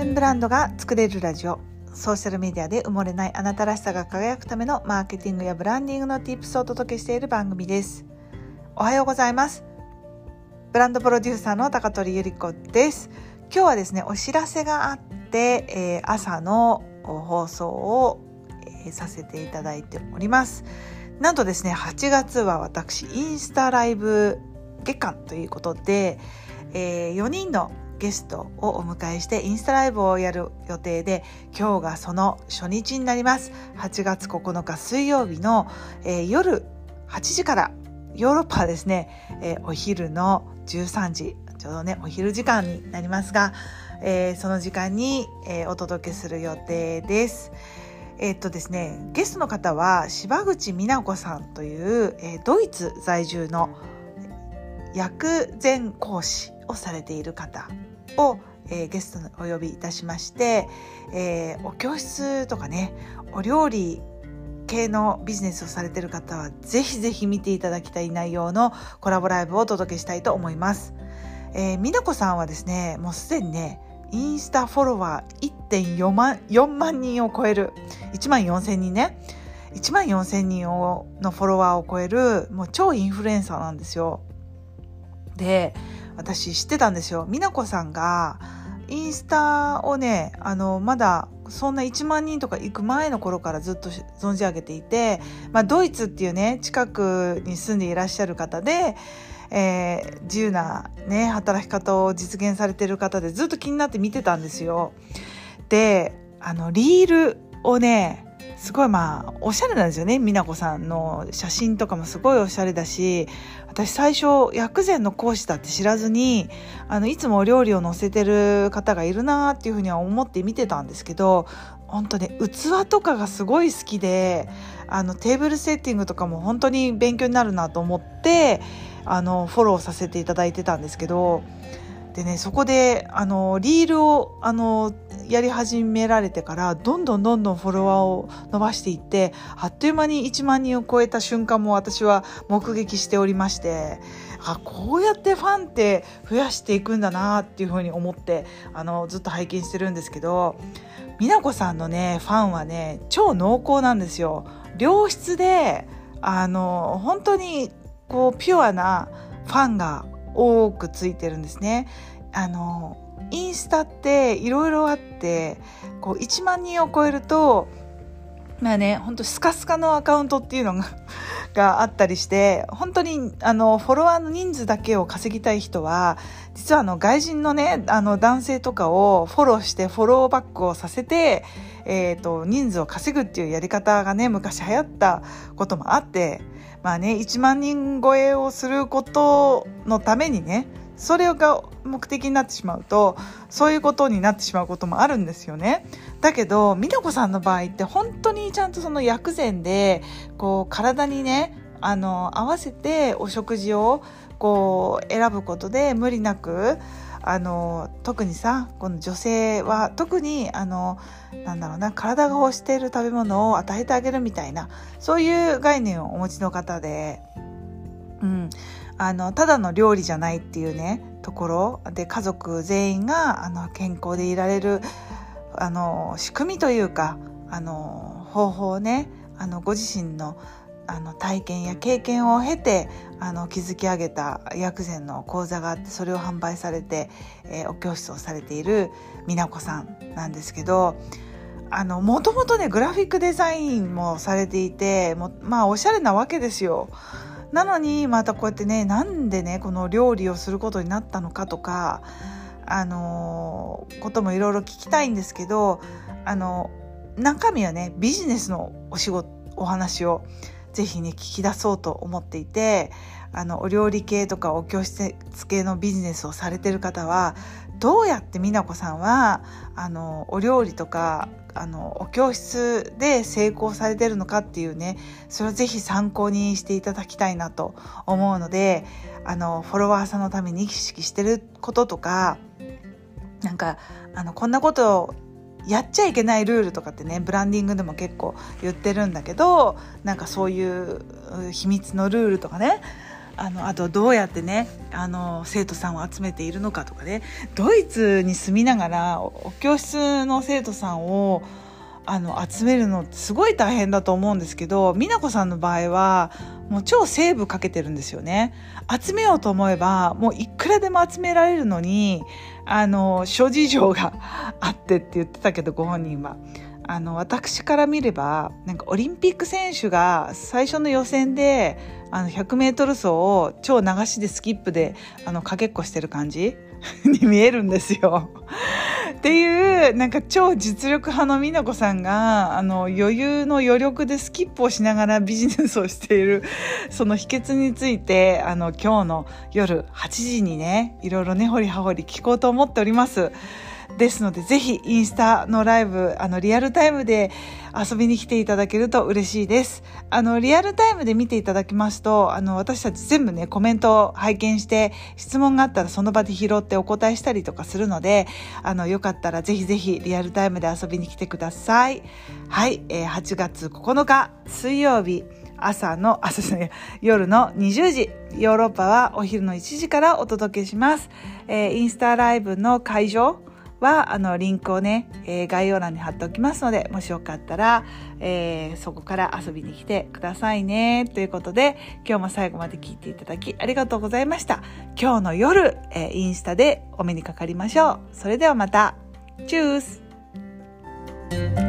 ペンブランドが作れるラジオ。ソーシャルメディアで埋もれないあなたらしさが輝くためのマーケティングやブランディングの Tips をお届けしている番組です。おはようございます。ブランドプロデューサーの高取ゆり子です。今日はですね、お知らせがあって、朝の放送を、させていただいております。なんとですね、8月は私インスタライブ月間ということで、4人のゲストをお迎えしてインスタライブをやる予定で、今日がその初日になります。8月9日水曜日の、夜8時からヨーロッパはですね、お昼の13時ちょうどねお昼時間になりますが、その時間に、お届けする予定です。ですね、ゲストの方は柴口美奈子さんという、ドイツ在住の薬膳講師をされている方を、ゲストにお呼びいたしまして、お教室とかねお料理系のビジネスをされている方はぜひぜひ見ていただきたい内容のコラボライブをお届けしたいと思います。美奈子さんはですね、もうすでにねインスタフォロワー 1.4 万人を超える1万4000人ね1万4000人のフォロワーを超えるもう超インフルエンサーなんですよ。で、私知ってたんですよ。美奈子さんがインスタをねまだそんな1万人とか行く前の頃からずっと存じ上げていて、ドイツっていうね近くに住んでいらっしゃる方で、自由なね働き方を実現されている方でずっと気になって見てたんですよ。で、リールをねすごいおしゃれなんですよね。美奈子さんの写真とかもすごいおしゃれだし、私最初薬膳の講師だって知らずにいつもお料理を載せてる方がいるなっていうふうには思って見てたんですけど、本当ね器とかがすごい好きでテーブルセッティングとかも本当に勉強になるなと思ってフォローさせていただいてたんですけど、でねそこでリールをやり始められてからどんどんフォロワーを伸ばしていって、あっという間に1万人を超えた瞬間も私は目撃しておりまして、こうやってファンって増やしていくんだなっていうふうに思ってずっと拝見してるんですけど、美奈子さんのねファンはね超濃厚なんですよ。良質で本当にこうピュアなファンが多くついてるんですね。インスタっていろいろあって、こう1万人を超えると本当スカスカのアカウントっていうのがあったりして、本当にフォロワーの人数だけを稼ぎたい人は実は外人のね男性とかをフォローしてフォローバックをさせて、人数を稼ぐっていうやり方がね昔流行ったこともあって、1万人超えをすることのためにねそれが目的になってしまうとそういうことになってしまうこともあるんですよね。だけど美奈子さんの場合って本当にちゃんとその薬膳でこう体にね合わせてお食事をこう選ぶことで無理なく特にさこの女性は特に体が欲している食べ物を与えてあげるみたいなそういう概念をお持ちの方で、ただの料理じゃないっていうねところで家族全員が健康でいられる仕組みというか方法をねご自身の体験や経験を経て築き上げた薬膳の講座があって、それを販売されて、お教室をされている美奈子さんなんですけど、もともとねグラフィックデザインもされていておしゃれなわけですよ。なのにまたこうやってねなんでねこの料理をすることになったのかとかこともいろいろ聞きたいんですけど、中身はねビジネスのお話をぜひね聞き出そうと思っていて、お料理系とかお教室系のビジネスをされている方はどうやって美奈子さんはお料理とかお教室で成功されているのかっていうね、それをぜひ参考にしていただきたいなと思うので、フォロワーさんのために意識してることとかこんなことをやっちゃいけないルールとかってねブランディングでも結構言ってるんだけど、そういう秘密のルールとかねあとどうやってね生徒さんを集めているのかとかね、ドイツに住みながらお教室の生徒さんを集めるのってすごい大変だと思うんですけど、美奈子さんの場合はもう超セーブかけてるんですよね。集めようと思えばもういくらでも集められるのに諸事情があってって言ってたけど、ご本人は私から見ればなんかオリンピック選手が最初の予選で100メートル走を超流しでスキップでかけっこしてる感じに見えるんですよっていうなんか超実力派の美奈子さんが余裕の余力でスキップをしながらビジネスをしているその秘訣について今日の夜8時にねいろいろ根掘り葉掘り聞こうと思っております。ですのでぜひインスタのライブリアルタイムで遊びに来ていただけると嬉しいです。リアルタイムで見ていただきますと私たち全部ねコメントを拝見して質問があったらその場で拾ってお答えしたりとかするのでよかったらぜひぜひリアルタイムで遊びに来てください。はい、8月9日水曜日夜の20時、ヨーロッパはお昼の1時からお届けします。インスタライブの会場はリンクをね、概要欄に貼っておきますので、もしよかったら、そこから遊びに来てくださいねということで、今日も最後まで聞いていただきありがとうございました。今日の夜、インスタでお目にかかりましょう。それではまた。チュース。